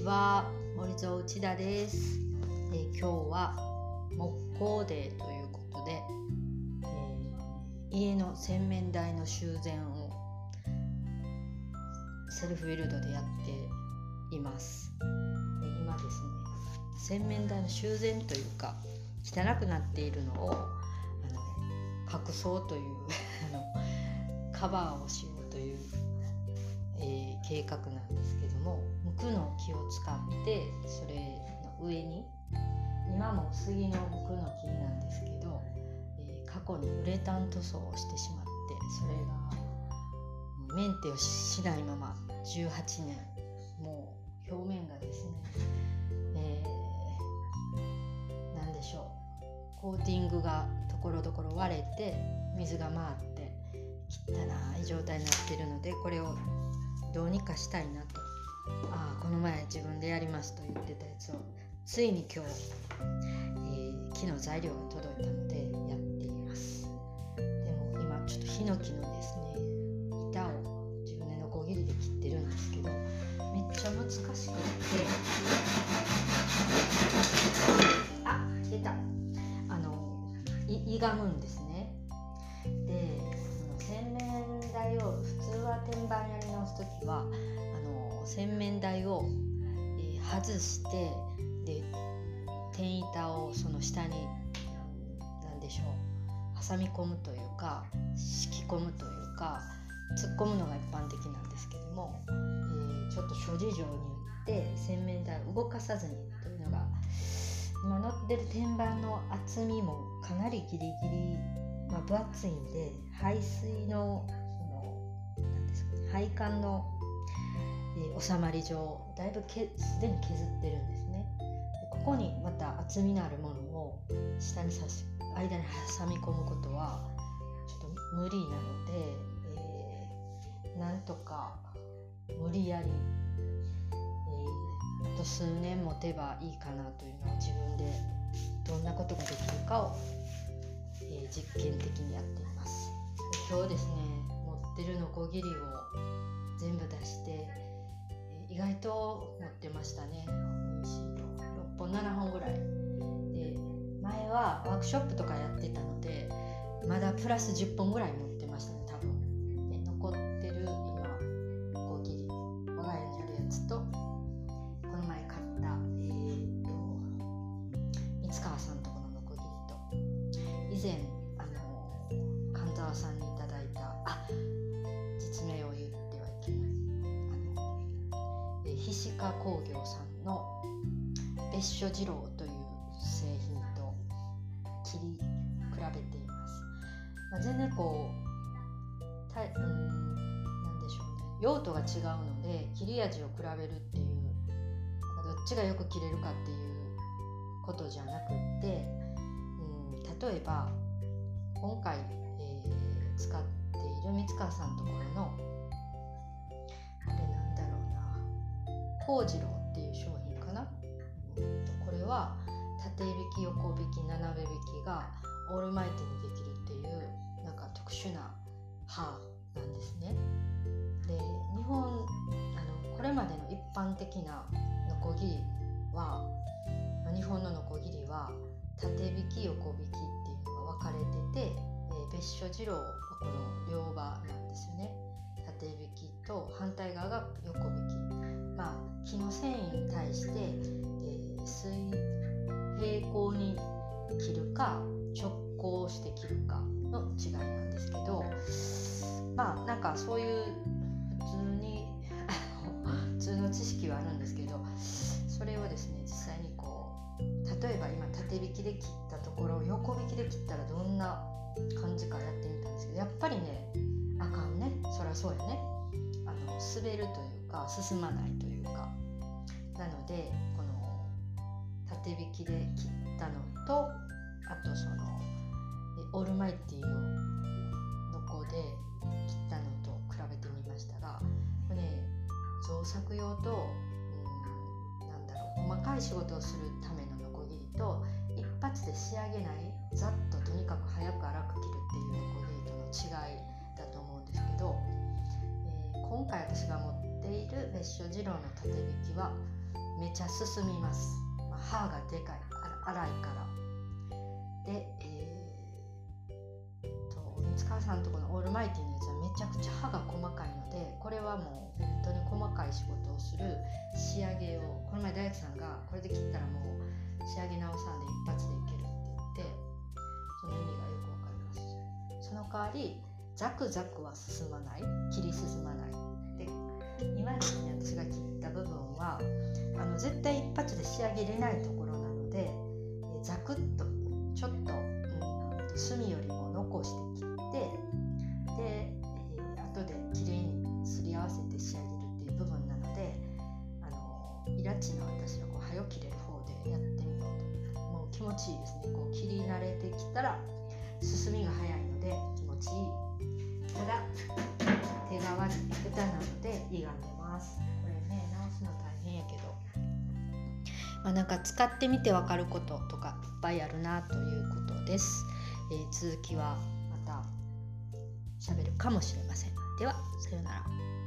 ちは、森蔵内田です。今日は木工デーということで、家の洗面台の修繕をセルフビルドでやっています。今ですね、洗面台の修繕というか汚くなっているのを隠そうというカバーをしようという、計画なんですけども、無垢の木を使ってそれの上に、今も杉の無垢の木なんですけど、過去にウレタン塗装をしてしまって、それがメンテをしないまま18年、もう表面がですね、なんでしょう、コーティングがところどころ割れて水が回って汚い状態になっているので、これをどうにかしたいなと。この前自分でやりますと言ってたやつをついに今日、木の材料が届いたのでやっています。でも今ちょっとヒノキのですね、板を自分でノコギリで切ってるんですけど、めっちゃ難しくって出たいがむんですね。で、洗面台を普通は天板やり直すときは洗面台を、外して、で天板をその下に何でしょう、挟み込むというか敷き込むというか突っ込むのが一般的なんですけども、ちょっと諸事情によって洗面台を動かさずにというのが、今乗ってる天板の厚みもかなりギリギリ、分厚いんで、排水の何ですかね、配管の収まり上だいぶすでに削ってるんですね。でここにまた厚みのあるものを下に間に挟み込むことはちょっと無理なので、なんとか無理やり、あと数年持てばいいかなというのを自分でどんなことができるかを、実験的にやっています。今日ですね、持ってるノコギリを全部出して、意外と持ってましたね。6本7本ぐらいで、前はワークショップとかやってたのでまだプラス10本ぐらい持ってましたね、多分。で残ってる今ノコギリ、我が家にあるやつと、この前買った三川さんとこのノコギリと、以前神沢さんにいただいた実名を言ってはいけない、菱鹿工業さんの別所二郎という製品と切り比べています。全然なんでしょうね、用途が違うので切り味を比べるっていう、どっちがよく切れるかっていうことじゃなくって、例えば今回、使っている三川さんのところのなんだろうな、幸次郎っていう商品かな。これは縦引き横引き斜め引きがオールマイティにできるっていうなんか特殊な刃なんですね。で、これまでの一般的なノコギリは、日本のノコギリは縦引き横引きっていうのが分かれてて、別所二郎はこの両刃なんですよね。縦引きと反対側が横引き。木の繊維に対して、平行に切るか直行して切るかの違いなんですけど、なんかそういう普通の知識はあるんですけど、それをですね、実際に例えば今縦引きで切ったところを横引きで切ったらどんな感じかやってみたんですけど、やっぱりね、あかんね、そりゃそうやね、滑るというか進まないというか、なのでこの縦引きで切ったのと、あとそのオールマイティのノコで切ったのと比べてみましたが、これね、造作用と細かい仕事をするためのノコギリと、一発で仕上げないざっととにかく早く粗く切るっていうノコギリとの違いだと思うんですけど、今回私が持っている別所二郎の縦引きはめちゃ進みます。刃がでかい、粗いから。で、三川さんのところのオールマイティのやつはめちゃくちゃ刃が細かいので、これはもう本当に細かい仕事をする仕上げを、この前大工さんがこれで切ったらもう仕上げ直さんで一発でいけるって言って、その意味がよくわかります。その代わりザクザクは進まない、切り進まない。で、今ですね、私が切った部分は絶対一発で仕上げれないところなので、ザクッとちょっと、隅よりも残して切って、で、後できれいにすり合わせて仕上げるっていう部分なので、イラチの私はこう早切れる方でやってみようと。もう気持ちいいですね。こう切り慣れてきたら進みが早いので気持ちいい。ただ手が悪い、下手なので歪んでます。これね、直すの大変やけど、なんか使ってみて分かることとかいっぱいあるなということです。続きはまた喋るかもしれません。では、さようなら。